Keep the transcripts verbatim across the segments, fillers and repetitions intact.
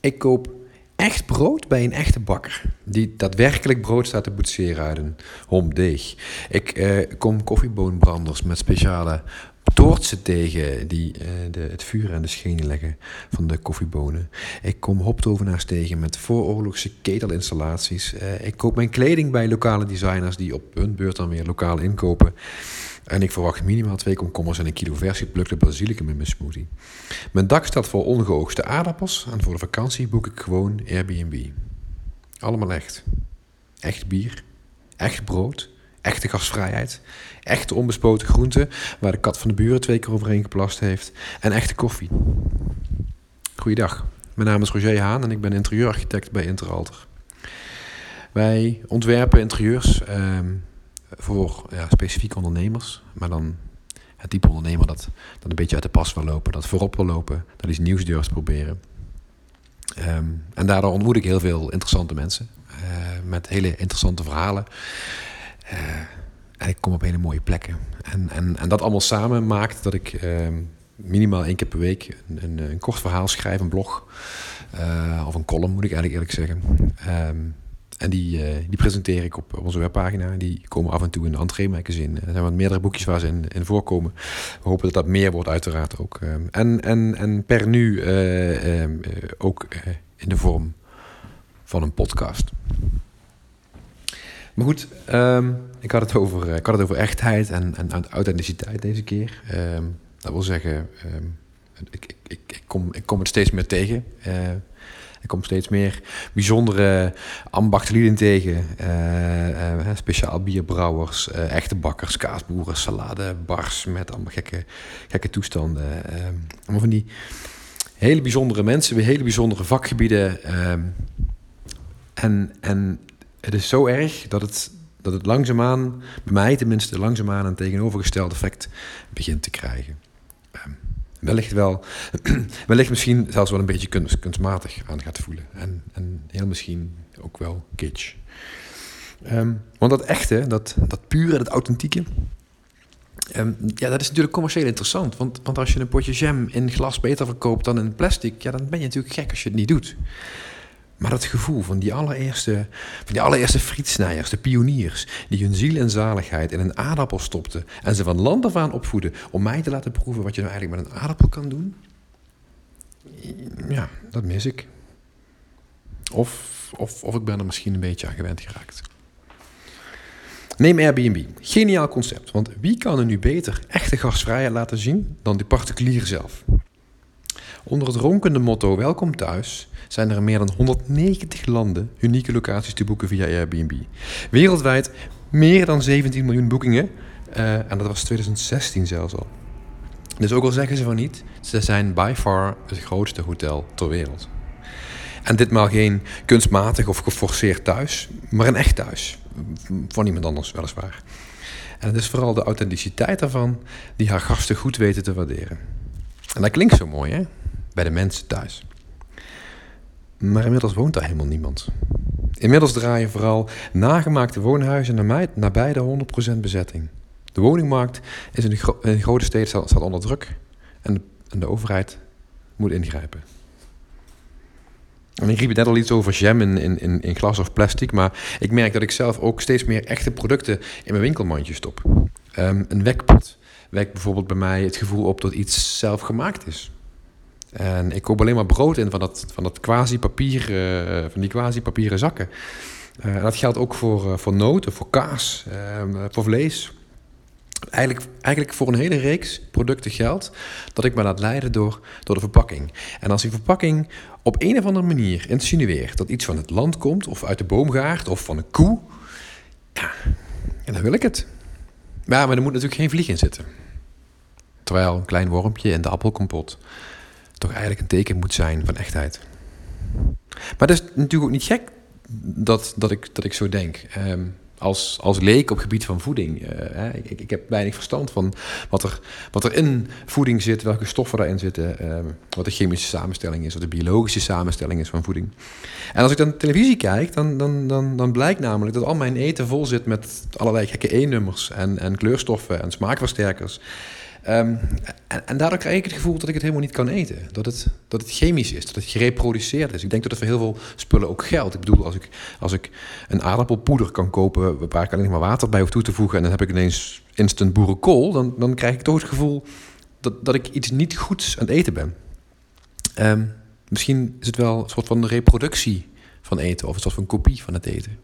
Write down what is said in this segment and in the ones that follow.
Ik koop echt brood bij een echte bakker die daadwerkelijk brood staat te boetseren uit een homp deeg. Ik eh, kom koffieboonbranders met speciale toortsen tegen die uh, de, het vuur aan de schenen leggen van de koffiebonen. Ik kom hoptovenaars tegen met vooroorlogse ketelinstallaties. Uh, ik koop mijn kleding bij lokale designers die op hun beurt dan weer lokaal inkopen. En ik verwacht minimaal twee komkommers en een kilo vers geplukte basilicum in mijn smoothie. Mijn dak staat vol ongeoogste aardappels en voor de vakantie boek ik gewoon Airbnb. Allemaal echt. Echt bier, echt brood, echte gastvrijheid, echte onbespoten groenten waar de kat van de buren twee keer overheen geplast heeft en echte koffie. Goeiedag, mijn naam is Roger Haan en ik ben interieurarchitect bij Interalter. Wij ontwerpen interieurs eh, voor ja, specifieke ondernemers, maar dan het type ondernemer dat, dat een beetje uit de pas wil lopen, dat voorop wil lopen, dat iets nieuws durft te proberen. Um, en daardoor ontmoet ik heel veel interessante mensen uh, met hele interessante verhalen. Uh, en ik kom op hele mooie plekken. En, en, en dat allemaal samen maakt dat ik uh, minimaal één keer per week een, een, een kort verhaal schrijf, een blog. Uh, of een column moet ik eigenlijk eerlijk zeggen. Um, en die, uh, die presenteer ik op, op onze webpagina. Die komen af en toe in de Entree magazine. Er zijn wat meerdere boekjes waar ze in, in voorkomen. We hopen dat dat meer wordt uiteraard ook. Um, en, en, en per nu uh, um, uh, ook uh, in de vorm van een podcast. Maar goed, um, ik, had het over, uh, ik had het over echtheid en, en authenticiteit deze keer. Um, dat wil zeggen, um, ik, ik, ik, ik, kom, ik kom het steeds meer tegen. Uh, ik kom steeds meer bijzondere ambachtslieden tegen. Uh, uh, speciaal bierbrouwers, uh, echte bakkers, kaasboeren, saladebars met allemaal gekke, gekke toestanden. Uh, allemaal van die hele bijzondere mensen, weer hele bijzondere vakgebieden. Uh, en... en Het is zo erg dat het, dat het langzaamaan, bij mij tenminste, langzaamaan een tegenovergesteld effect begint te krijgen. Um, wellicht wel, wellicht misschien zelfs wel een beetje kunst, kunstmatig aan gaat voelen. En, en heel misschien ook wel kitsch. Um, want dat echte, dat, dat pure, dat authentieke, um, ja, dat is natuurlijk commercieel interessant. Want, want als je een potje jam in glas beter verkoopt dan in plastic, ja, dan ben je natuurlijk gek als je het niet doet. Maar dat gevoel van die allereerste, van die allereerste frietsnijers, de pioniers, die hun ziel en zaligheid in een aardappel stopten en ze van land af aan opvoeden om mij te laten proeven wat je nou eigenlijk met een aardappel kan doen, ja, dat mis ik. Of, of, of ik ben er misschien een beetje aan gewend geraakt. Neem Airbnb. Geniaal concept, want wie kan er nu beter echte gastvrijheid laten zien dan die particulier zelf? Onder het ronkende motto Welkom thuis zijn er in meer dan honderdnegentig landen unieke locaties te boeken via Airbnb. Wereldwijd meer dan zeventien miljoen boekingen. Uh, en dat was twintig zestien zelfs al. Dus ook al zeggen ze van niet, ze zijn by far het grootste hotel ter wereld. En ditmaal geen kunstmatig of geforceerd thuis, maar een echt thuis. Van iemand anders weliswaar. En het is vooral de authenticiteit daarvan die haar gasten goed weten te waarderen. En dat klinkt zo mooi, hè? Bij de mensen thuis. Maar inmiddels woont daar helemaal niemand. Inmiddels draaien vooral nagemaakte woonhuizen nabij de honderd procent bezetting. De woningmarkt is in de, gro- in de grote steden staat, staat onder druk en de, en de overheid moet ingrijpen. En ik riep net al iets over jam in, in, in glas of plastic, maar ik merk dat ik zelf ook steeds meer echte producten in mijn winkelmandje stop. Um, een wekpot wekt bijvoorbeeld bij mij het gevoel op dat iets zelf gemaakt is. En ik koop alleen maar brood in van dat, van dat quasi-papier, uh, van die quasi-papieren zakken. Uh, en dat geldt ook voor, uh, voor noten, voor kaas, uh, voor vlees. Eigenlijk, eigenlijk voor een hele reeks producten geldt dat ik me laat leiden door, door de verpakking. En als die verpakking op een of andere manier insinueert dat iets van het land komt, of uit de boomgaard, of van een koe, ja, dan wil ik het. Ja, maar er moet natuurlijk geen vlieg in zitten. Terwijl een klein wormpje in de appelkompot toch eigenlijk een teken moet zijn van echtheid. Maar het is natuurlijk ook niet gek dat, dat, ik, dat ik zo denk. Um, als, als leek op gebied van voeding. Uh, hè, ik, ik heb weinig verstand van wat er, wat er in voeding zit, welke stoffen daarin zitten, uh, wat de chemische samenstelling is, wat de biologische samenstelling is van voeding. En als ik dan televisie kijk, dan, dan, dan, dan blijkt namelijk dat al mijn eten vol zit met allerlei gekke E-nummers en, en kleurstoffen en smaakversterkers. Um, en, en daardoor krijg ik het gevoel dat ik het helemaal niet kan eten. Dat het, dat het chemisch is, dat het gereproduceerd is. Ik denk dat het voor heel veel spullen ook geldt. Ik bedoel, als ik, als ik een aardappelpoeder kan kopen waar ik alleen maar water bij hoef toe te voegen en dan heb ik ineens instant boerenkool, dan, dan krijg ik toch het gevoel dat, dat ik iets niet goeds aan het eten ben. Um, misschien is het wel een soort van reproductie van eten of een soort van kopie van het eten.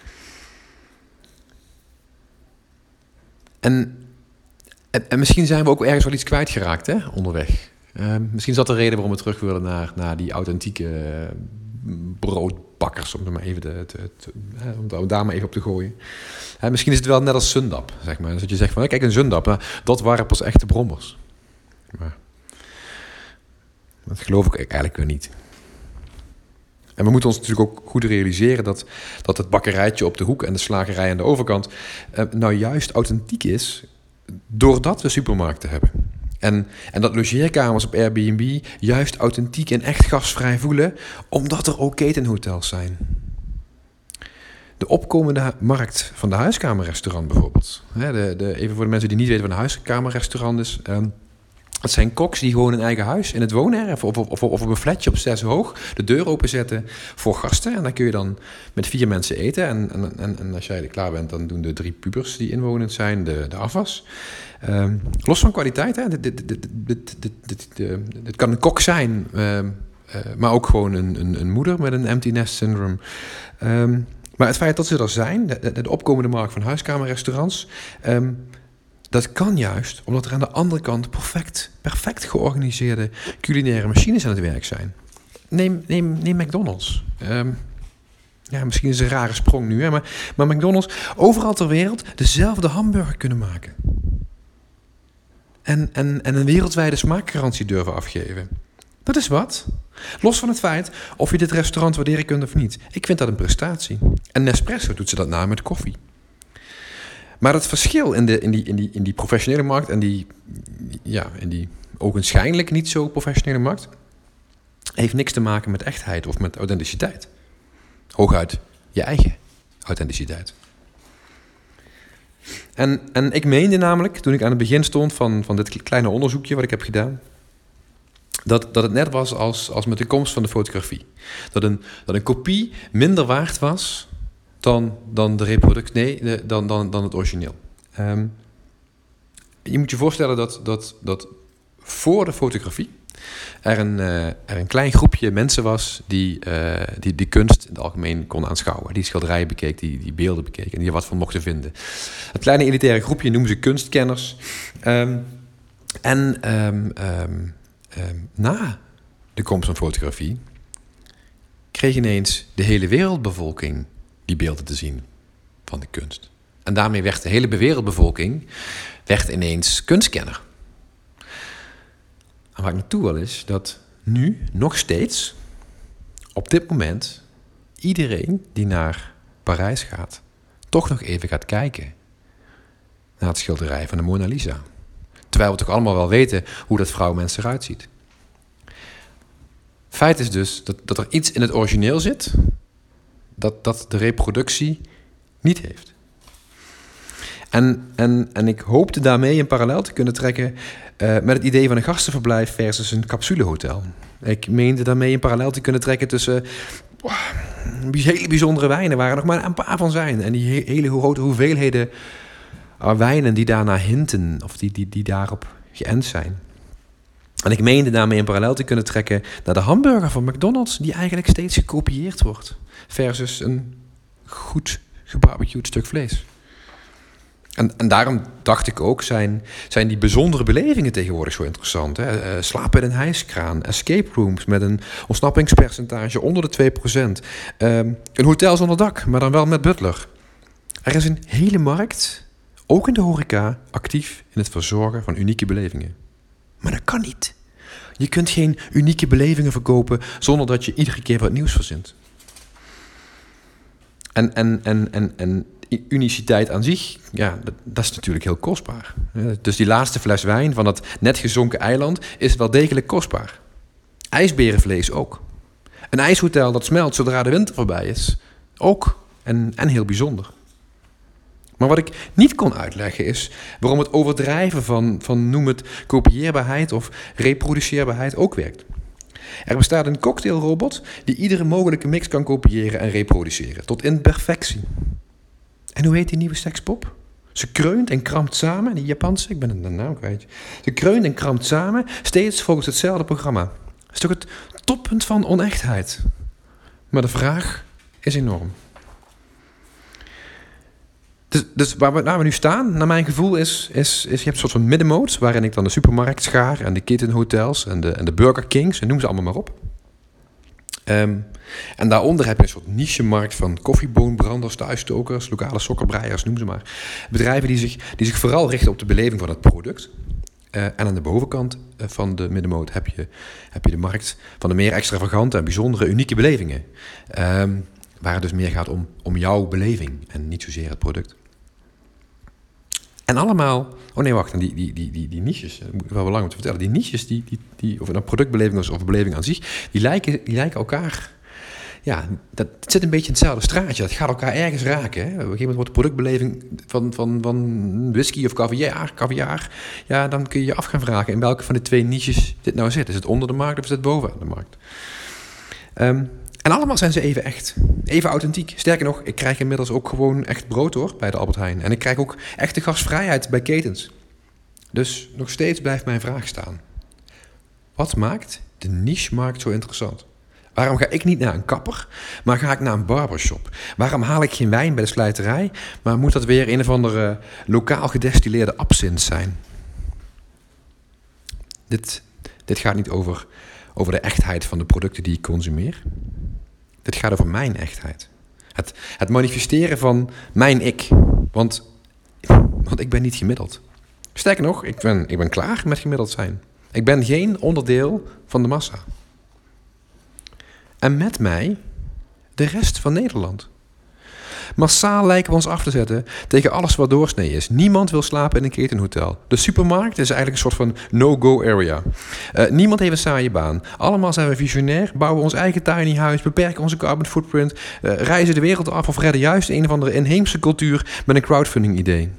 En, en, en misschien zijn we ook ergens wel iets kwijtgeraakt, hè, onderweg. Uh, misschien is dat de reden waarom we terug willen naar, naar die authentieke uh, broodbakkers, om, er maar even de, te, te, uh, om daar maar even op te gooien. Uh, misschien is het wel net als Zundap, zeg maar. Dus dat je zegt van, kijk, een Zundap, nou, dat waren pas echte brommers. Maar dat geloof ik eigenlijk weer niet. En we moeten ons natuurlijk ook goed realiseren dat, dat het bakkerijtje op de hoek en de slagerij aan de overkant uh, nou juist authentiek is doordat we supermarkten hebben. En, en dat logeerkamers op Airbnb juist authentiek en echt gastvrij voelen, omdat er ook ketenhotels zijn. De opkomende markt van de huiskamerrestaurant bijvoorbeeld. De, de, even voor de mensen die niet weten wat een huiskamerrestaurant is. Um, Het zijn koks die gewoon een eigen huis in het woonerf of, of, of op een flatje op zes hoog de deur openzetten voor gasten. En dan kun je dan met vier mensen eten. En, en, en als jij klaar bent, dan doen de drie pubers die inwonend zijn de, de afwas. Um, los van kwaliteit, hè. Dit, dit, dit, dit, dit, dit, dit, dit kan een kok zijn, uh, uh, maar ook gewoon een, een, een moeder met een empty nest syndrome. Um, maar het feit dat ze er zijn, de, de, de opkomende markt van huiskamerrestaurants, Um, dat kan juist omdat er aan de andere kant perfect, perfect georganiseerde culinaire machines aan het werk zijn. Neem, neem, neem McDonald's. Um, ja, misschien is het een rare sprong nu, hè, maar, maar McDonald's overal ter wereld dezelfde hamburger kunnen maken. En, en, en een wereldwijde smaakgarantie durven afgeven. Dat is wat. Los van het feit of je dit restaurant waarderen kunt of niet. Ik vind dat een prestatie. En Nespresso doet ze dat na met koffie. Maar het verschil in, de, in, die, in, die, in die professionele markt en die, ja, in die ogenschijnlijk niet zo professionele markt heeft niks te maken met echtheid of met authenticiteit. Hooguit je eigen authenticiteit. En, en ik meende namelijk, toen ik aan het begin stond van, van dit kleine onderzoekje wat ik heb gedaan, dat, dat het net was als, als met de komst van de fotografie. Dat een, dat een kopie minder waard was dan, dan de reproduct, nee, de, dan, dan, dan het origineel. Um, je moet je voorstellen dat, dat, dat voor de fotografie er een, uh, er een klein groepje mensen was die, uh, die die kunst in het algemeen kon aanschouwen. Die schilderijen bekeek, die, die beelden bekeek en die er wat van mochten vinden. Het kleine elitaire groepje noemen ze kunstkenners. Um, en um, um, um, na de komst van fotografie kreeg ineens de hele wereldbevolking die beelden te zien van de kunst. En daarmee werd de hele wereldbevolking werd ineens kunstkenner. En waar ik naartoe wil is dat nu nog steeds, op dit moment, iedereen die naar Parijs gaat, toch nog even gaat kijken naar het schilderij van de Mona Lisa. Terwijl we toch allemaal wel weten hoe dat vrouwenmens eruit ziet. Feit is dus dat, dat er iets in het origineel zit dat, dat de reproductie niet heeft. En, en, en ik hoopte daarmee een parallel te kunnen trekken uh, met het idee van een gastenverblijf versus een capsulehotel. Ik meende daarmee een parallel te kunnen trekken tussen wow, hele bijzondere wijnen, waar er nog maar een paar van zijn. En die he- hele grote hoeveelheden wijnen die daarna hinten, of die, die, die daarop geënt zijn. En ik meende daarmee een parallel te kunnen trekken naar de hamburger van McDonald's, die eigenlijk steeds gekopieerd wordt, versus een goed gebarbecued stuk vlees. En, en daarom dacht ik ook, zijn, zijn die bijzondere belevingen tegenwoordig zo interessant. Hè? Uh, slapen in een hijskraan, escape rooms met een ontsnappingspercentage onder de twee procent. Um, een hotel zonder dak, maar dan wel met butler. Er is een hele markt, ook in de horeca, actief in het verzorgen van unieke belevingen. Maar dat kan niet. Je kunt geen unieke belevingen verkopen zonder dat je iedere keer wat nieuws verzint. En, en, en, en, en uniciteit aan zich, ja, dat, dat is natuurlijk heel kostbaar. Dus die laatste fles wijn van dat net gezonken eiland is wel degelijk kostbaar. IJsberenvlees ook. Een ijshotel dat smelt zodra de winter voorbij is, ook. En, en heel bijzonder. Maar wat ik niet kon uitleggen is waarom het overdrijven van, van noem het kopieerbaarheid of reproduceerbaarheid ook werkt. Er bestaat een cocktailrobot die iedere mogelijke mix kan kopiëren en reproduceren, tot in perfectie. En hoe heet die nieuwe sekspop? Ze kreunt en krampt samen, die Japanse, ik ben de naam kwijt. Ze kreunt en krampt samen, steeds volgens hetzelfde programma. Dat is toch het toppunt van onechtheid. Maar de vraag is enorm. Dus, dus waar, we, waar we nu staan, naar mijn gevoel, is, is, is je hebt een soort van middenmoot, waarin ik dan de supermarkt schaar en de kettenhotels en de, en de Burger Kings, en noem ze allemaal maar op. Um, en daaronder heb je een soort niche-markt van koffieboonbranders, thuisstokers, lokale sokkerbreiers, noem ze maar. Bedrijven die zich, die zich vooral richten op de beleving van het product. Uh, en aan de bovenkant uh, van de middenmoot heb je, heb je de markt van de meer extravagante en bijzondere, unieke belevingen. Um, waar het dus meer gaat om, om jouw beleving en niet zozeer het product. En allemaal... Oh nee, wacht. En die, die, die, die, die niches, dat moet wel belangrijk om te vertellen. Die niches, die, die, die, of het nou productbeleving is of beleving aan zich, die lijken, die lijken elkaar... Ja, dat zit een beetje in hetzelfde straatje. Dat gaat elkaar ergens raken. Hè? Op een gegeven moment wordt de productbeleving van, van, van whisky of caviar, caviar... Ja, dan kun je je af gaan vragen in welke van de twee niches dit nou zit. Is het onder de markt of is het boven de markt? Um, En allemaal zijn ze even echt, even authentiek. Sterker nog, ik krijg inmiddels ook gewoon echt brood hoor, bij de Albert Heijn. En ik krijg ook echte gastvrijheid bij ketens. Dus nog steeds blijft mijn vraag staan. Wat maakt de niche-markt zo interessant? Waarom ga ik niet naar een kapper, maar ga ik naar een barbershop? Waarom haal ik geen wijn bij de slijterij, maar moet dat weer een of andere lokaal gedestilleerde absint zijn? Dit, dit gaat niet over, over de echtheid van de producten die ik consumeer. Dit gaat over mijn echtheid. Het, het manifesteren van mijn ik. Want, want ik ben niet gemiddeld. Sterker nog, ik ben, ik ben klaar met gemiddeld zijn. Ik ben geen onderdeel van de massa. En met mij de rest van Nederland. Massaal lijken we ons af te zetten tegen alles wat doorsnee is. Niemand wil slapen in een ketenhotel. De supermarkt is eigenlijk een soort van no-go area. Uh, niemand heeft een saaie baan. Allemaal zijn we visionair, bouwen ons eigen tiny huis, beperken onze carbon footprint, uh, reizen de wereld af of redden juist een of andere inheemse cultuur met een crowdfunding idee.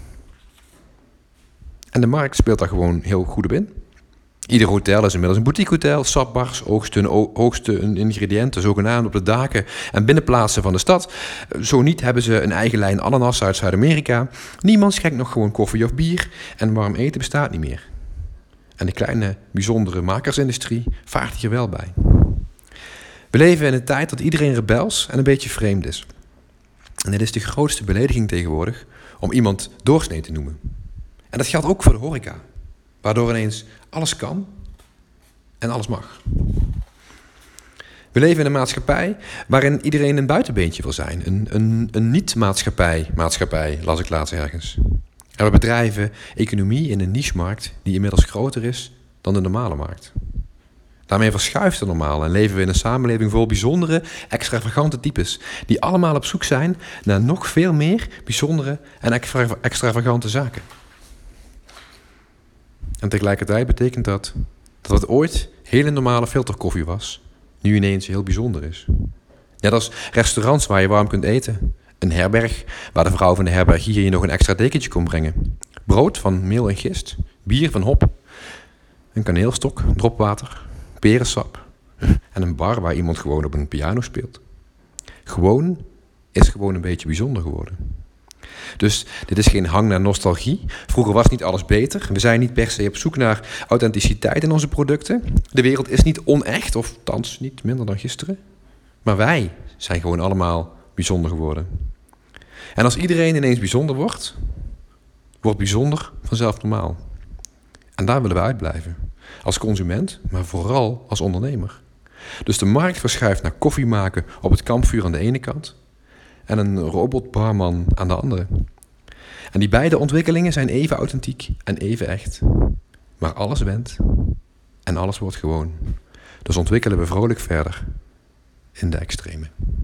En de markt speelt daar gewoon heel goed op in. Ieder hotel is inmiddels een boutiquehotel. Sapbars oogsten, oogsten ingrediënten zogenaamd op de daken en binnenplaatsen van de stad. Zo niet hebben ze een eigen lijn ananas uit Zuid-Amerika. Niemand schenkt nog gewoon koffie of bier en warm eten bestaat niet meer. En de kleine, bijzondere makersindustrie vaart hier wel bij. We leven in een tijd dat iedereen rebels en een beetje vreemd is. En dit is de grootste belediging tegenwoordig om iemand doorsnee te noemen. En dat geldt ook voor de horeca. Waardoor ineens alles kan en alles mag. We leven in een maatschappij waarin iedereen een buitenbeentje wil zijn. Een, een, een niet-maatschappij, maatschappij, las ik laatst ergens. En we bedrijven economie in een niche-markt die inmiddels groter is dan de normale markt. Daarmee verschuift de normaal en leven we in een samenleving vol bijzondere, extravagante types. Die allemaal op zoek zijn naar nog veel meer bijzondere en extra, extravagante zaken. En tegelijkertijd betekent dat dat het ooit hele normale filterkoffie was, nu ineens heel bijzonder is. Net als restaurants waar je warm kunt eten. Een herberg waar de vrouw van de herbergier je nog een extra dekentje kon brengen. Brood van meel en gist, bier van hop, een kaneelstok, dropwater, perensap en een bar waar iemand gewoon op een piano speelt. Gewoon is gewoon een beetje bijzonder geworden. Dus dit is geen hang naar nostalgie. Vroeger was niet alles beter. We zijn niet per se op zoek naar authenticiteit in onze producten. De wereld is niet onecht, of thans niet minder dan gisteren. Maar wij zijn gewoon allemaal bijzonder geworden. En als iedereen ineens bijzonder wordt, wordt bijzonder vanzelf normaal. En daar willen we uitblijven. Als consument, maar vooral als ondernemer. Dus de markt verschuift naar koffie maken op het kampvuur aan de ene kant en een robotbarman aan de andere. En die beide ontwikkelingen zijn even authentiek en even echt. Maar alles went en alles wordt gewoon. Dus ontwikkelen we vrolijk verder in de extreme.